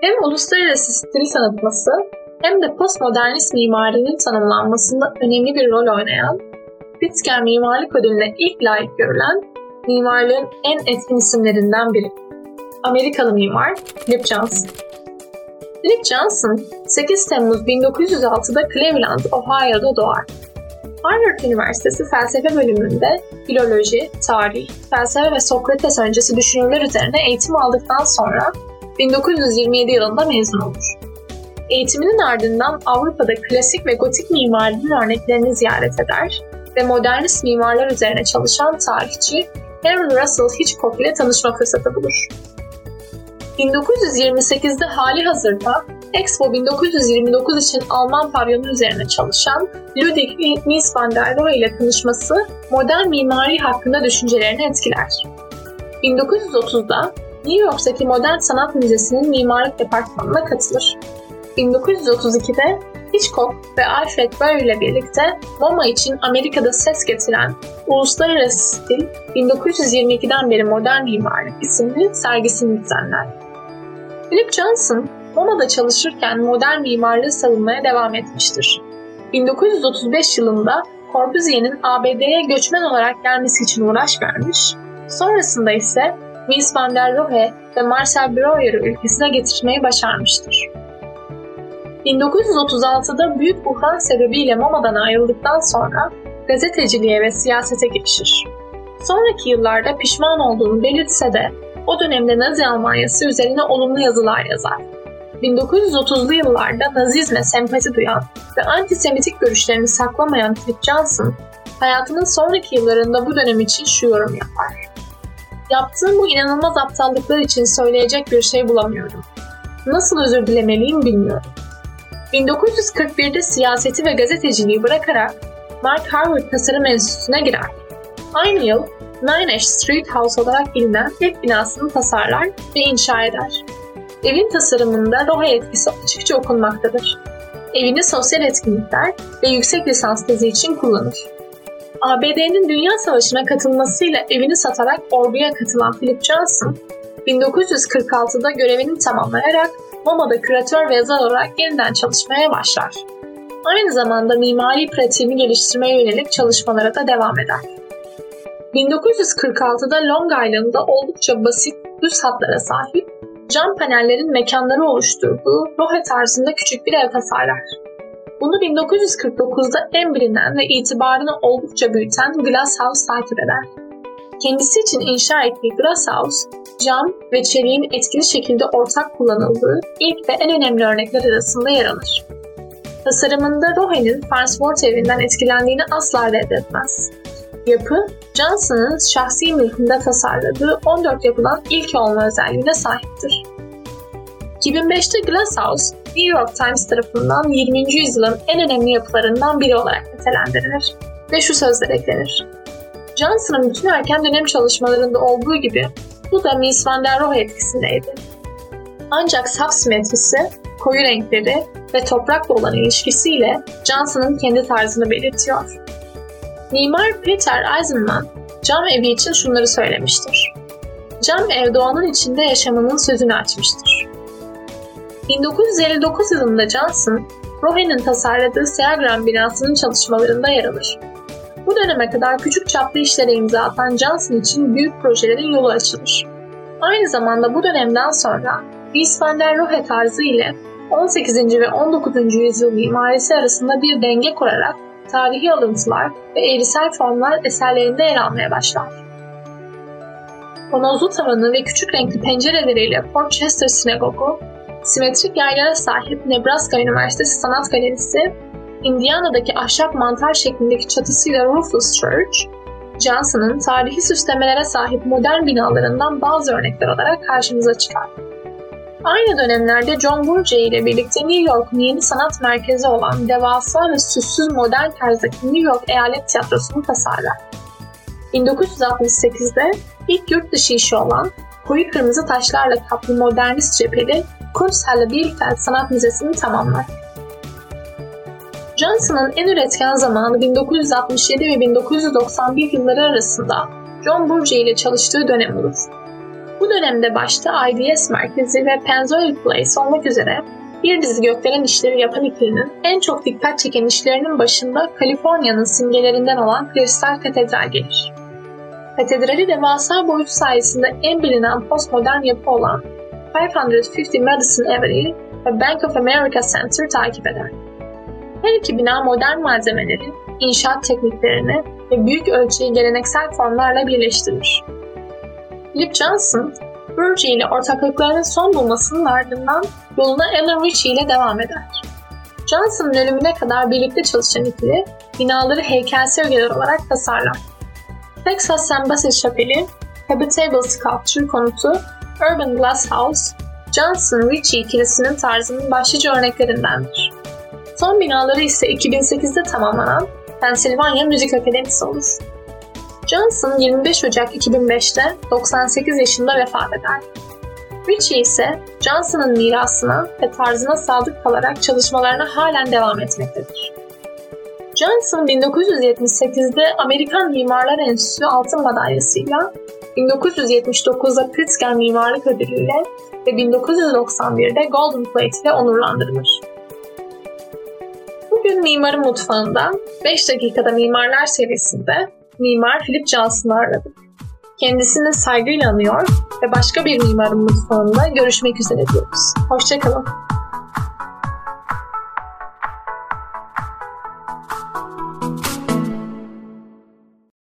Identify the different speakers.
Speaker 1: Hem uluslararası stil tanıtması hem de postmodernist mimarinin tanımlanmasında önemli bir rol oynayan, Pritzker Mimarlık Ödülü'ne ilk layık görülen mimarlığın en etkin isimlerinden biri. Amerikalı mimar Philip Johnson. Philip Johnson, 8 Temmuz 1906'da Cleveland, Ohio'da doğar. Harvard Üniversitesi Felsefe bölümünde filoloji, tarih, felsefe ve Sokrates öncesi düşünürler üzerine eğitim aldıktan sonra 1927 yılında mezun olur. Eğitiminin ardından Avrupa'da klasik ve gotik mimarinin örneklerini ziyaret eder ve modernist mimarlar üzerine çalışan tarihçi Henry Russell Hitchcock ile tanışma fırsatı bulur. 1928'de halihazırda Expo 1929 için Alman pavyonu üzerine çalışan Ludwig Mies van der Rohe ile tanışması modern mimari hakkında düşüncelerini etkiler. 1930'da New York'taki Modern Sanat Müzesi'nin mimarlık departmanına katılır. 1932'de Hitchcock ve Alfred Burr ile birlikte MoMA için Amerika'da ses getiren Uluslararası Stil 1922'den beri Modern Mimarlık isimli sergisini düzenler. Philip Johnson, MoMA'da çalışırken modern mimarlığı savunmaya devam etmiştir. 1935 yılında Corbusier'in ABD'ye göçmen olarak gelmesi için uğraş vermiş, sonrasında ise Mies van der Rohe ve Marcel Breuer'ı ülkesine getirmeyi başarmıştır. 1936'da büyük buhran sebebiyle MoMA'dan ayrıldıktan sonra gazeteciliğe ve siyasete girişir. Sonraki yıllarda pişman olduğunu belirtse de o dönemde Nazi Almanyası üzerine olumlu yazılar yazar. 1930'lu yıllarda Nazizme sempati duyan ve antisemitik görüşlerini saklamayan Philip Johnson, hayatının sonraki yıllarında bu dönem için şu yorum yapar. Yaptığım bu inanılmaz aptallıklar için söyleyecek bir şey bulamıyorum. Nasıl özür dilemeliyim bilmiyorum. 1941'de siyaseti ve gazeteciliği bırakarak Mark Harvard Tasarım Enstitüsü'ne girer. Aynı yıl Nine Ash Street House olarak bilinen ilk binasını tasarlar ve inşa eder. Evin tasarımında Rohe etkisi açıkça okunmaktadır. Evini sosyal etkinlikler ve yüksek lisans tezi için kullanır. ABD'nin Dünya Savaşı'na katılmasıyla evini satarak orduya katılan Philip Johnson, 1946'da görevini tamamlayarak MoMA'da küratör ve yazar olarak yeniden çalışmaya başlar. Aynı zamanda mimari pratiğini geliştirmeye yönelik çalışmalara da devam eder. 1946'da Long Island'da oldukça basit, düz hatlara sahip, cam panellerin mekanları oluşturduğu Rohe tarzında küçük bir ev tasarlar. Bunu 1949'da en bilinen ve itibarını oldukça büyüten Glass House takip eder. Kendisi için inşa ettiği Glass House, cam ve çeliğin etkili şekilde ortak kullanıldığı ilk ve en önemli örnekler arasında yer alır. Tasarımında Rohe'nin Farnsworth evinden etkilendiğini asla reddetmez. Yapı, Johnson'ın şahsi mülkünde tasarladığı 14 yapıdan ilk olma özelliğine sahiptir. 2005'te Glass House, New York Times tarafından 20. yüzyılın en önemli yapılarından biri olarak nitelendirilir ve şu sözler eklenir. Johnson'ın bütün erken dönem çalışmalarında olduğu gibi bu da Mies van der Rohe etkisindeydi. Ancak saf simetrisi, koyu renkleri ve toprakla olan ilişkisiyle Johnson'ın kendi tarzını belirtiyor. Mimar Peter Eisenman, cam evi için şunları söylemiştir. Cam ev doğanın içinde yaşamının sözünü açmıştır. 1959 yılında Johnson, Rohe'nin tasarladığı Seagram binasının çalışmalarında yer alır. Bu döneme kadar küçük çaplı işlere imza atan Johnson için büyük projelerin yolu açılır. Aynı zamanda bu dönemden sonra Mies van der Rohe tarzı ile 18. ve 19. yüzyıl mimarisi arasında bir denge kurarak tarihi alıntılar ve eğrisel formlar eserlerinde yer almaya başlar. Konozlu tavanı ve küçük renkli pencereleriyle Fort Chester Sinagogu, simetrik yaylara sahip Nebraska Üniversitesi Sanat Galerisi, Indiana'daki ahşap mantar şeklindeki çatısıyla Rufus Church, Johnson'ın tarihi süslemelere sahip modern binalarından bazı örnekler olarak karşımıza çıkar. Aynı dönemlerde John Bourget ile birlikte New York'un yeni sanat merkezi olan devasa ve süssüz modern tarzdaki New York Eyalet Tiyatrosu'nu tasarlar. 1968'de ilk yurt dışı işi olan koyu kırmızı taşlarla kaplı modernist cepheli Kunsthalle Bielefeld Sanat Müzesi'ni tamamlar. Johnson'ın en üretken zamanı 1967 ve 1991 yılları arasında John Bourget ile çalıştığı dönem olur. Bu dönemde başta IDS Merkezi ve Pennzoil Place olmak üzere bir dizi gökdelen işleri yapan ikilinin en çok dikkat çeken işlerinin başında Kaliforniya'nın simgelerinden olan Kristal Katedral gelir. Katedrali devasa boyut sayesinde en bilinen postmodern yapı olan 550 Madison Avenue ve Bank of America Center takip eder. Her iki bina modern malzemeleri, inşaat tekniklerini ve büyük ölçüyü geleneksel formlarla birleştirir. Philip Johnson, Burge ile ortaklıklarının son bulmasının ardından yoluna Alan Ritchie ile devam eder. Johnson'ın ölümüne kadar birlikte çalışan ikili, binaları heykelsel ögeler olarak tasarlar. Texas St. Basil Şapeli, Habitable Sculpture konutu, Urban Glass House, Johnson-Ritchie ikilisinin tarzının başlıca örneklerindendir. Son binaları ise 2008'de tamamlanan Pennsylvania Müzik Akademisi olur. Johnson 25 Ocak 2005'te 98 yaşında vefat eder. Ritchie ise Johnson'ın mirasına ve tarzına sadık kalarak çalışmalarına halen devam etmektedir. Johnson 1978'de Amerikan Mimarlar Enstitüsü altın madalyasıyla, 1979'da Pritzker Mimarlık Ödülü'yle ve 1991'de Golden Plate ile onurlandırılır. Bugün Mimarın Mutfağı'nda 5 dakikada Mimarlar serisinde Mimar Philip Johnson'ı aradık. Kendisini saygıyla anıyor ve başka bir Mimarın Mutfağı'nda görüşmek üzere diyoruz. Hoşça kalın.